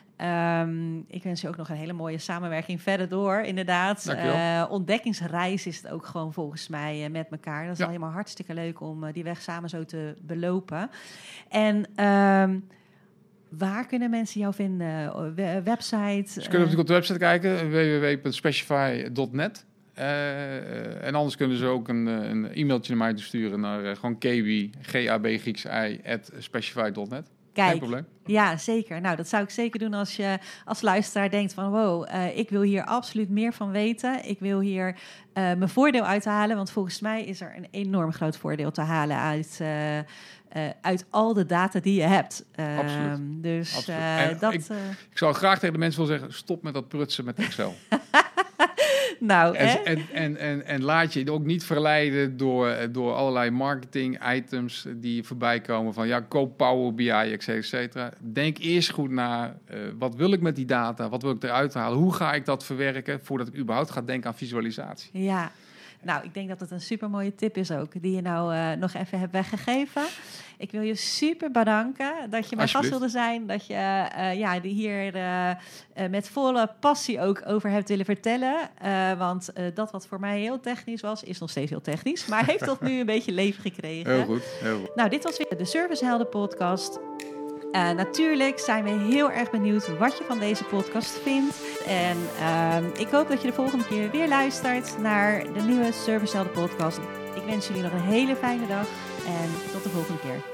Um, ik wens je ook nog een hele mooie samenwerking verder door, inderdaad. Uh, ontdekkingsreis is het ook gewoon volgens mij uh, met elkaar. Dat is ja. al helemaal hartstikke leuk om uh, die weg samen zo te belopen. En um, waar kunnen mensen jou vinden? Website? Ze kunnen natuurlijk op de website kijken, w w w punt specify punt net. Uh, en anders kunnen ze ook een, een e-mailtje naar mij sturen naar uh, gewoon Gaby, G A B Grieks I, at specify punt net. Kijk, geen probleem. Ja, zeker. Nou, dat zou ik zeker doen als je als luisteraar denkt van wow, uh, ik wil hier absoluut meer van weten. Ik wil hier uh, mijn voordeel uithalen, want volgens mij is er een enorm groot voordeel te halen uit, uh, uh, uit al de data die je hebt. Uh, Absoluut. Dus Absoluut. Uh, dat... Ik, uh... ik zou graag tegen de mensen willen zeggen, stop met dat prutsen met Excel. Nou, en, en, en, en, en laat je ook niet verleiden door, door allerlei marketing items die voorbij komen van ja, koop Power B I, et cetera. Denk eerst goed na, uh, wat wil ik met die data? Wat wil ik eruit halen? Hoe ga ik dat verwerken voordat ik überhaupt ga denken aan visualisatie? Ja, nou, ik denk dat het een super mooie tip is ook, die je nou uh, nog even hebt weggegeven. Ik wil je super bedanken dat je mijn gast wilde zijn, dat je uh, ja, hier uh, uh, met volle passie ook over hebt willen vertellen. Uh, want uh, dat wat voor mij heel technisch was, is nog steeds heel technisch, maar heeft tot nu een beetje leven gekregen. Heel goed, heel goed. Nou, dit was weer de Service Helden podcast. Uh, natuurlijk zijn we heel erg benieuwd wat je van deze podcast vindt. En uh, ik hoop dat je de volgende keer weer luistert naar de nieuwe Service Helden podcast. Ik wens jullie nog een hele fijne dag en tot de volgende keer.